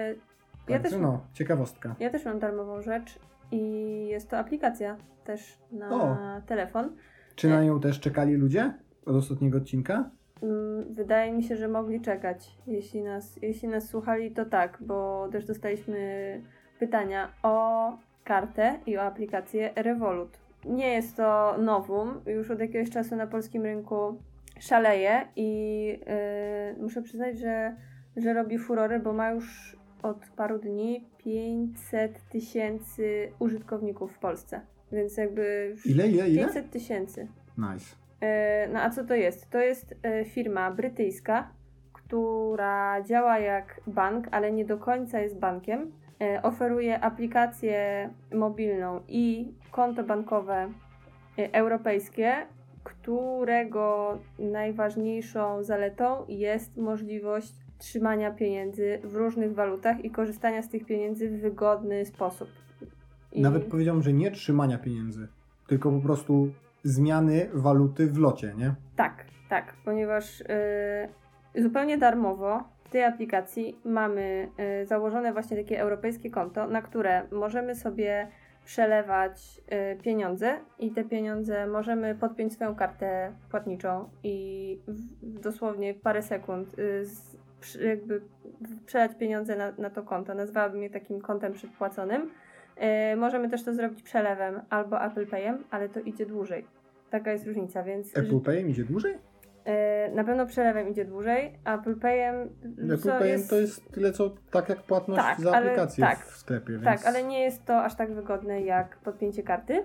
Ciekawostka. Ja też mam darmową rzecz i jest to aplikacja też na telefon. Czy na nią też czekali ludzie od ostatniego odcinka? Wydaje mi się, że mogli czekać. Jeśli nas słuchali, to tak, bo też dostaliśmy pytania o kartę i o aplikację Revolut. Nie jest to nowum, już od jakiegoś czasu na polskim rynku szaleje i muszę przyznać, że robi furory, bo ma już od paru dni 500 000 użytkowników w Polsce. Więc jakby... Ile? 500 000. Nice. No a co to jest? To jest firma brytyjska, która działa jak bank, ale nie do końca jest bankiem. Oferuje aplikację mobilną i konto bankowe europejskie, którego najważniejszą zaletą jest możliwość trzymania pieniędzy w różnych walutach i korzystania z tych pieniędzy w wygodny sposób. Nawet powiedziałbym, że nie trzymania pieniędzy, tylko po prostu zmiany waluty w locie, nie? Tak, ponieważ zupełnie darmowo w tej aplikacji mamy założone właśnie takie europejskie konto, na które możemy sobie przelewać pieniądze i te pieniądze możemy podpiąć swoją kartę płatniczą i dosłownie parę sekund jakby przelać pieniądze na to konto. Nazwałabym je takim kontem przedpłaconym. Możemy też to zrobić przelewem albo Apple Payem, ale to idzie dłużej. Taka jest różnica, więc... Apple Payem idzie dłużej? Na pewno przelewem idzie dłużej, a Apple Payem... To jest tyle, co tak jak płatność za aplikację w sklepie. Więc... Tak, ale nie jest to aż tak wygodne jak podpięcie karty.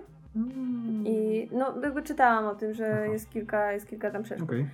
I no jakby czytałam o tym, że jest kilka tam przeszkód. Okay.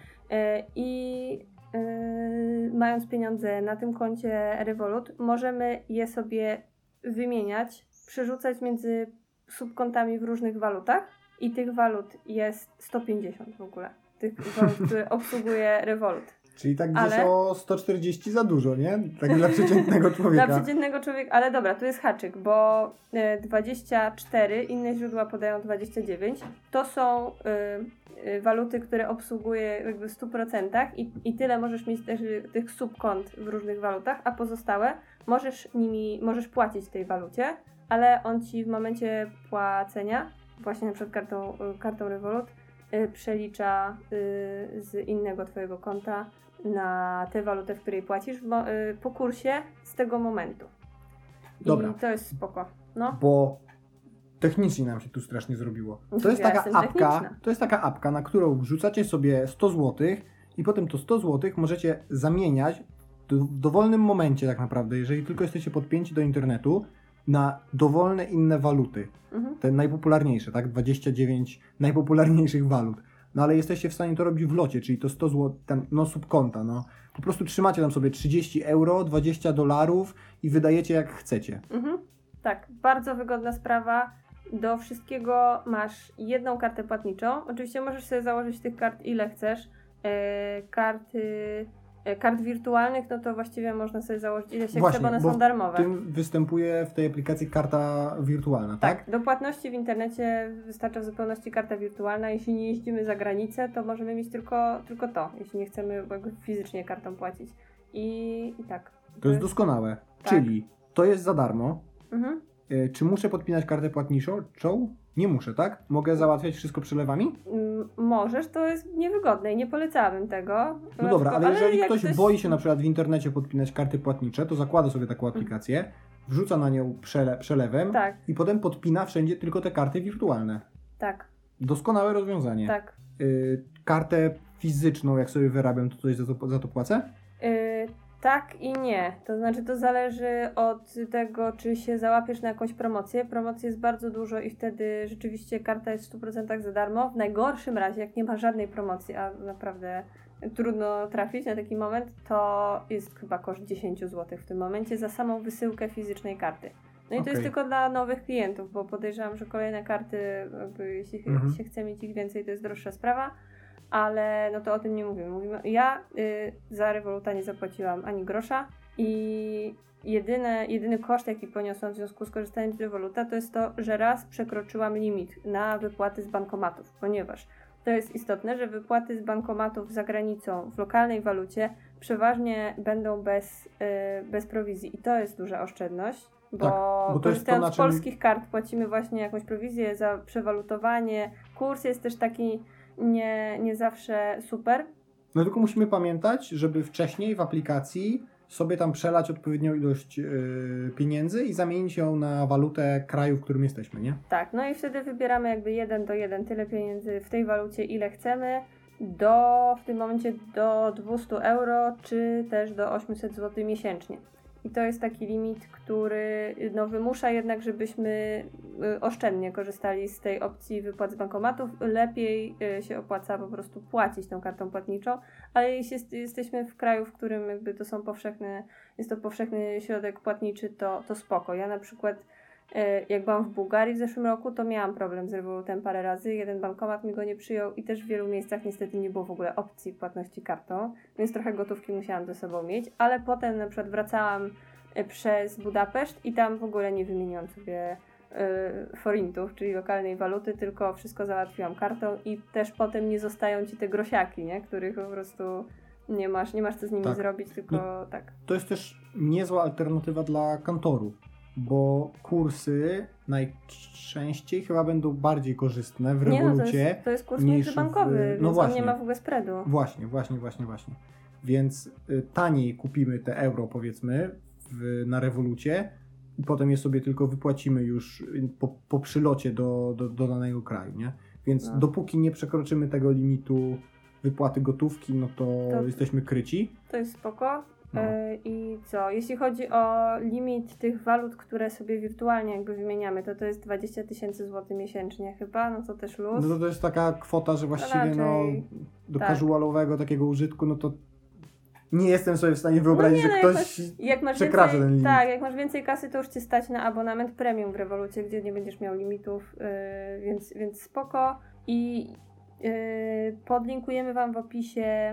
Mając pieniądze na tym koncie Revolut, możemy je sobie wymieniać, przerzucać między subkontami w różnych walutach i tych walut jest 150 w ogóle. Tych walut, które obsługuje Revolut. Czyli tak gdzieś o 140 za dużo, nie? Tak dla przeciętnego człowieka. Dla przeciętnego człowieka, ale dobra, tu jest haczyk, bo 24, inne źródła podają 29. To są waluty, które obsługuje jakby w 100% i tyle możesz mieć też tych subkont w różnych walutach, a pozostałe możesz płacić w tej walucie, ale on ci w momencie płacenia, właśnie na przykład kartą Revolut, przelicza z innego twojego konta na tę walutę, w której płacisz po kursie z tego momentu. Dobra. I to jest spoko. No. Bo technicznie nam się tu strasznie zrobiło. To jest taka apka, na którą wrzucacie sobie 100 zł i potem to 100 zł możecie zamieniać w dowolnym momencie tak naprawdę, jeżeli tylko jesteście podpięci do internetu, na dowolne inne waluty. Te najpopularniejsze, tak? 29 najpopularniejszych walut. No ale jesteście w stanie to robić w locie, czyli to 100 zł, tam, subkonta, Po prostu trzymacie tam sobie 30 euro, $20 i wydajecie jak chcecie. Tak, bardzo wygodna sprawa. Do wszystkiego masz jedną kartę płatniczą. Oczywiście możesz sobie założyć tych kart ile chcesz. Kart wirtualnych, no to właściwie można sobie założyć ile się chce, bo one są darmowe. Tym występuje w tej aplikacji karta wirtualna, tak? Tak, do płatności w internecie wystarcza w zupełności karta wirtualna. Jeśli nie jeździmy za granicę, to możemy mieć tylko to, jeśli nie chcemy fizycznie kartą płacić. I tak. To jest doskonałe. Tak. Czyli to jest za darmo. Czy muszę podpinać kartę płatniczą? Nie muszę, tak? Mogę załatwiać wszystko przelewami? Możesz, to jest niewygodne i nie polecałabym tego. No dobra, ale jeżeli ktoś boi się na przykład w internecie podpinać karty płatnicze, to zakłada sobie taką aplikację, wrzuca na nią przelewem i potem podpina wszędzie tylko te karty wirtualne. Tak. Doskonałe rozwiązanie. Tak. Kartę fizyczną, jak sobie wyrabiam, to coś za to płacę? Tak i nie. To znaczy to zależy od tego, czy się załapiesz na jakąś promocję. Promocji jest bardzo dużo i wtedy rzeczywiście karta jest w 100% za darmo. W najgorszym razie, jak nie ma żadnej promocji, a naprawdę trudno trafić na taki moment, to jest chyba koszt 10 zł w tym momencie za samą wysyłkę fizycznej karty. No i to jest tylko dla nowych klientów, bo podejrzewam, że kolejne karty, jeśli się chce mieć ich więcej, to jest droższa sprawa. Ale no to o tym nie mówimy. Ja za Revoluta nie zapłaciłam ani grosza i jedyny koszt, jaki poniosłam w związku z korzystaniem z Revoluta, to jest to, że raz przekroczyłam limit na wypłaty z bankomatów, ponieważ to jest istotne, że wypłaty z bankomatów za granicą w lokalnej walucie przeważnie będą bez prowizji i to jest duża oszczędność. Bo korzystając z polskich kart płacimy właśnie jakąś prowizję za przewalutowanie. Kurs jest też taki nie zawsze super. No tylko musimy pamiętać, żeby wcześniej w aplikacji sobie tam przelać odpowiednią ilość pieniędzy i zamienić ją na walutę kraju, w którym jesteśmy, nie? Tak, no i wtedy wybieramy jakby 1:1 tyle pieniędzy w tej walucie, ile chcemy, w tym momencie do 200 euro, czy też do 800 zł miesięcznie. I to jest taki limit, który wymusza jednak, żebyśmy oszczędnie korzystali z tej opcji wypłat z bankomatów. Lepiej się opłaca po prostu płacić tą kartą płatniczą, ale jeśli jesteśmy w kraju, w którym jakby jest to powszechny środek płatniczy, to spoko. Ja na przykład jak byłam w Bułgarii w zeszłym roku, to miałam problem z Revolutem parę razy. Jeden bankomat mi go nie przyjął i też w wielu miejscach niestety nie było w ogóle opcji płatności kartą, więc trochę gotówki musiałam ze sobą mieć, ale potem na przykład wracałam przez Budapeszt i tam w ogóle nie wymieniłam sobie forintów, czyli lokalnej waluty, tylko wszystko załatwiłam kartą i też potem nie zostają ci te grosiaki, nie? Których po prostu nie masz co z nimi zrobić, tylko tak. To jest też niezła alternatywa dla kantoru, bo kursy najczęściej chyba będą bardziej korzystne w Revolucie. To jest kurs międzybankowy, więc on nie ma w ogóle spreadu. Właśnie. Więc taniej kupimy te euro, powiedzmy, na Revolucie i potem je sobie tylko wypłacimy już po przylocie do danego kraju, nie? Więc dopóki nie przekroczymy tego limitu wypłaty gotówki, no to jesteśmy kryci. To jest spoko. No. I co? Jeśli chodzi o limit tych walut, które sobie wirtualnie jakby wymieniamy, to jest 20 000 złotych miesięcznie chyba, no to też luz. No to jest taka kwota, że właściwie do casualowego takiego użytku, no to nie jestem sobie w stanie wyobrazić, że ktoś przekracza ten limit. Tak, jak masz więcej kasy, to już Cię stać na abonament premium w Revolucie, gdzie nie będziesz miał limitów, więc spoko. I podlinkujemy Wam w opisie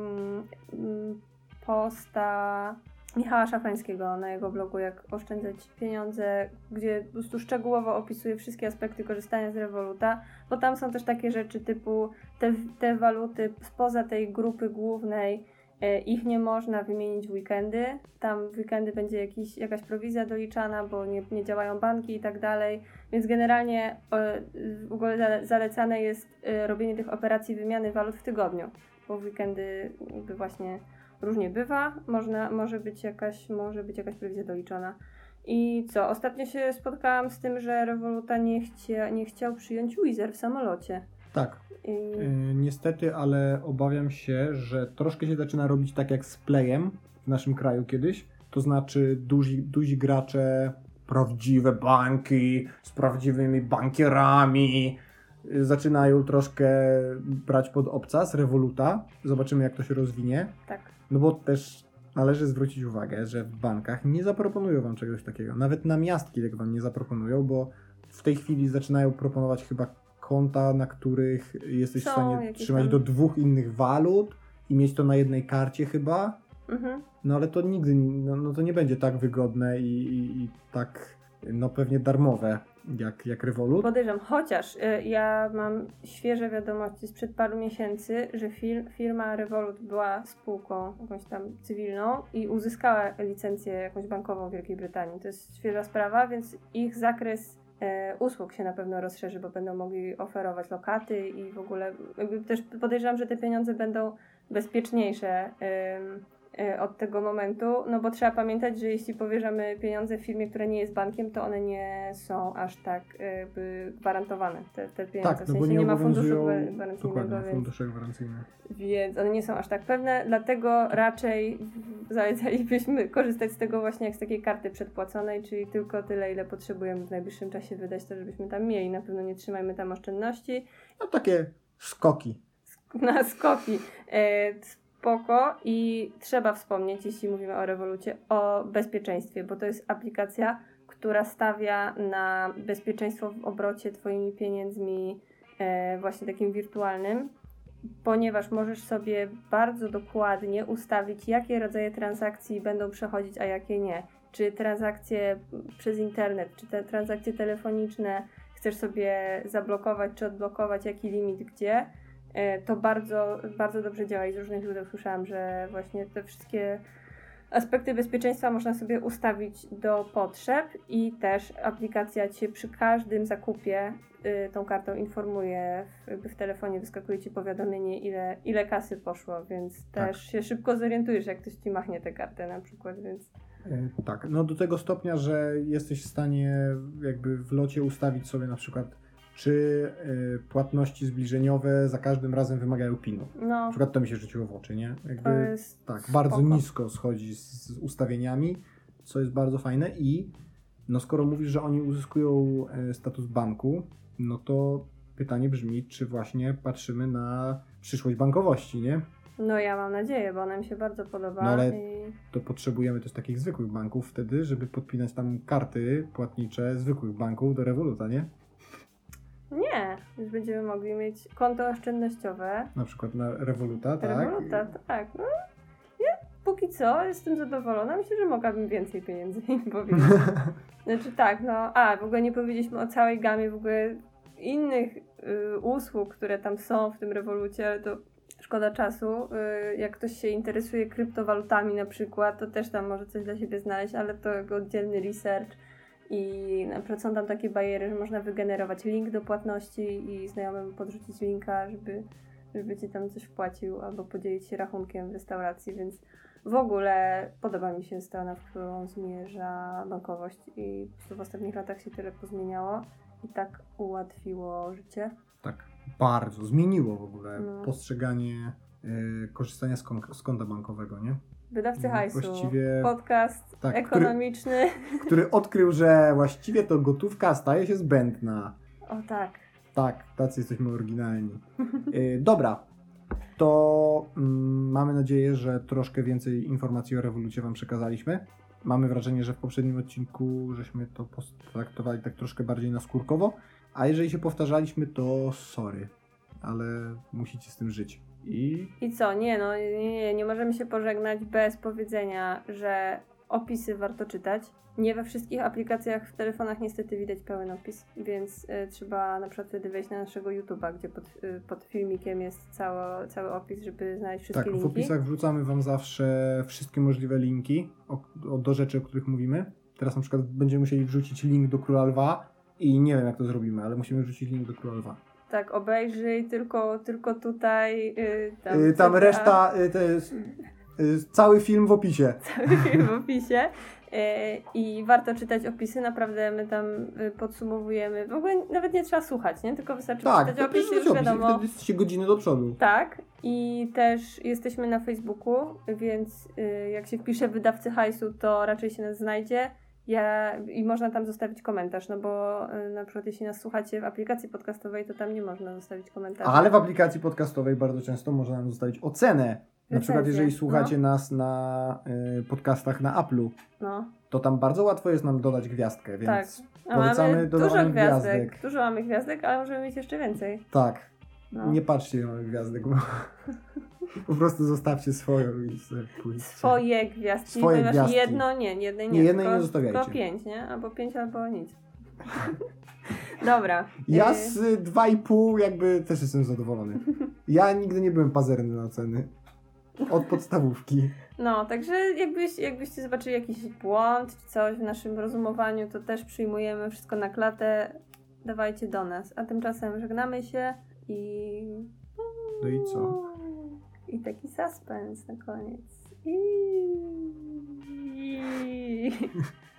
posta Michała Szafrańskiego na jego blogu, jak oszczędzać pieniądze, gdzie po prostu szczegółowo opisuje wszystkie aspekty korzystania z Revoluta, bo tam są też takie rzeczy typu te waluty spoza tej grupy głównej, ich nie można wymienić w weekendy. Tam w weekendy będzie jakaś prowizja doliczana, bo nie działają banki i tak dalej. Więc generalnie w ogóle zalecane jest robienie tych operacji wymiany walut w tygodniu, bo w weekendy jakby właśnie różnie bywa. Może być jakaś prowizja doliczona. I co? Ostatnio się spotkałam z tym, że Revoluta nie chciał przyjąć Wizz w samolocie. Tak. Niestety, ale obawiam się, że troszkę się zaczyna robić tak jak z Playem w naszym kraju kiedyś. To znaczy duzi gracze, prawdziwe banki z prawdziwymi bankierami zaczynają troszkę brać pod obcas Revoluta. Zobaczymy, jak to się rozwinie. Tak. No bo też należy zwrócić uwagę, że w bankach nie zaproponują Wam czegoś takiego. Nawet namiastki tak Wam nie zaproponują, bo w tej chwili zaczynają proponować chyba konta, na których jesteś w stanie trzymać do 2 innych walut i mieć to na jednej karcie chyba. Mhm. No ale to nigdy, no to nie będzie tak wygodne i tak no pewnie darmowe, jak Revolut. Podejrzewam, chociaż ja mam świeże wiadomości sprzed paru miesięcy, że firma Revolut była spółką jakąś tam cywilną i uzyskała licencję jakąś bankową w Wielkiej Brytanii. To jest świeża sprawa, więc ich zakres usług się na pewno rozszerzy, bo będą mogli oferować lokaty i w ogóle jakby też podejrzewam, że te pieniądze będą bezpieczniejsze od tego momentu, no bo trzeba pamiętać, że jeśli powierzamy pieniądze firmie, która nie jest bankiem, to one nie są aż tak gwarantowane, te pieniądze. Tak, w sensie bo nie ma funduszu obowiązują gwarancyjnego, fundusze gwarancyjne. Więc one nie są aż tak pewne, dlatego raczej zalecalibyśmy korzystać z tego właśnie jak z takiej karty przedpłaconej, czyli tylko tyle, ile potrzebujemy w najbliższym czasie wydać, to żebyśmy tam mieli. Na pewno nie trzymajmy tam oszczędności. No takie skoki. Na skoki. Spoko i trzeba wspomnieć, jeśli mówimy o Revolucie, o bezpieczeństwie, bo to jest aplikacja, która stawia na bezpieczeństwo w obrocie Twoimi pieniędzmi właśnie takim wirtualnym, ponieważ możesz sobie bardzo dokładnie ustawić, jakie rodzaje transakcji będą przechodzić, a jakie nie. Czy transakcje przez internet, czy te transakcje telefoniczne chcesz sobie zablokować, czy odblokować, jaki limit, gdzie. To bardzo, bardzo dobrze działa i z różnych źródeł słyszałam, że właśnie te wszystkie aspekty bezpieczeństwa można sobie ustawić do potrzeb i też aplikacja Cię przy każdym zakupie tą kartą informuje, w telefonie wyskakuje Ci powiadomienie, ile kasy poszło, więc też się szybko zorientujesz, jak ktoś Ci machnie tę kartę na przykład, więc... Tak, no do tego stopnia, że jesteś w stanie jakby w locie ustawić sobie na przykład czy płatności zbliżeniowe za każdym razem wymagają PIN-u. No. Na przykład to mi się rzuciło w oczy, nie? Jakby, to jest tak, spoko. bardzo nisko schodzi z ustawieniami, co jest bardzo fajne i no skoro mówisz, że oni uzyskują status banku, no to pytanie brzmi, czy właśnie patrzymy na przyszłość bankowości, nie? No ja mam nadzieję, bo ona mi się bardzo podoba. No ale to potrzebujemy też takich zwykłych banków wtedy, żeby podpinać tam karty płatnicze zwykłych banków do Revoluta, nie? Nie, już będziemy mogli mieć konto oszczędnościowe. Na przykład na Revoluta, tak? Revoluta, tak. No, ja póki co jestem zadowolona. Myślę, że mogłabym więcej pieniędzy im powiedzieć. Znaczy tak, no, w ogóle nie powiedzieliśmy o całej gamie w ogóle innych usług, które tam są w tym Revolucie, ale to szkoda czasu. Jak ktoś się interesuje kryptowalutami na przykład, to też tam może coś dla siebie znaleźć, ale to oddzielny research. I na przykład są tam takie bariery, że można wygenerować link do płatności i znajomemu podrzucić linka, żeby Ci tam coś wpłacił albo podzielić się rachunkiem w restauracji, więc w ogóle podoba mi się strona, w którą zmierza bankowość i po prostu w ostatnich latach się tyle pozmieniało i tak ułatwiło życie. Tak, bardzo. Zmieniło w ogóle postrzeganie korzystania z konta bankowego, nie? Wydawcy hajsu, właściwie, podcast ekonomiczny. Który odkrył, że właściwie to gotówka staje się zbędna. O tak. Tak, tacy jesteśmy oryginalni. Dobra, to mamy nadzieję, że troszkę więcej informacji o Revolucie Wam przekazaliśmy. Mamy wrażenie, że w poprzednim odcinku żeśmy to potraktowali tak troszkę bardziej naskórkowo, a jeżeli się powtarzaliśmy, to sorry, ale musicie z tym żyć. I co? Nie możemy się pożegnać bez powiedzenia, że opisy warto czytać. Nie we wszystkich aplikacjach w telefonach niestety widać pełen opis, więc trzeba na przykład wtedy wejść na naszego YouTube'a, gdzie pod filmikiem jest cały opis, żeby znaleźć wszystkie linki. Tak, w opisach wrzucamy Wam zawsze wszystkie możliwe linki do rzeczy, o których mówimy. Teraz na przykład będziemy musieli wrzucić link do Króla Lwa i nie wiem jak to zrobimy, ale musimy wrzucić link do Króla Lwa. Tak, obejrzyj tylko tutaj. Tam reszta, to jest cały film w opisie. Cały film w opisie. I warto czytać opisy, naprawdę my tam podsumowujemy. W ogóle nawet nie trzeba słuchać, nie? Tylko wystarczy czytać opisy, już wiadomo. Wtedy jesteście godziny do przodu. Tak. I też jesteśmy na Facebooku, więc jak się wpisze wydawcy hajsu, to raczej się nas znajdzie. I można tam zostawić komentarz, no bo na przykład jeśli nas słuchacie w aplikacji podcastowej, to tam nie można zostawić komentarza. Ale w aplikacji podcastowej bardzo często można nam zostawić ocenę. Na przykład jeżeli słuchacie nas na podcastach na Apple'u, to tam bardzo łatwo jest nam dodać gwiazdkę, więc polecamy dodawanie gwiazdek. Dużo mamy gwiazdek, ale możemy mieć jeszcze więcej. Tak. No. Nie patrzcie na gwiazdek, bo po prostu zostawcie swoją i sobie pójdźcie. Swoje gwiazdki, Swoje ponieważ gwiazdki. jednej Nie, jednej tylko, nie zostawiajcie. tylko 5, nie? Albo 5, albo nic. Dobra. Ja z 2,5 jakby też jestem zadowolony. Ja nigdy nie byłem pazerny na oceny. Od podstawówki. No, także jakbyście zobaczyli jakiś błąd czy coś w naszym rozumowaniu, to też przyjmujemy wszystko na klatę. Dawajcie do nas. A tymczasem żegnamy się i... No i co? I taki suspens na koniec.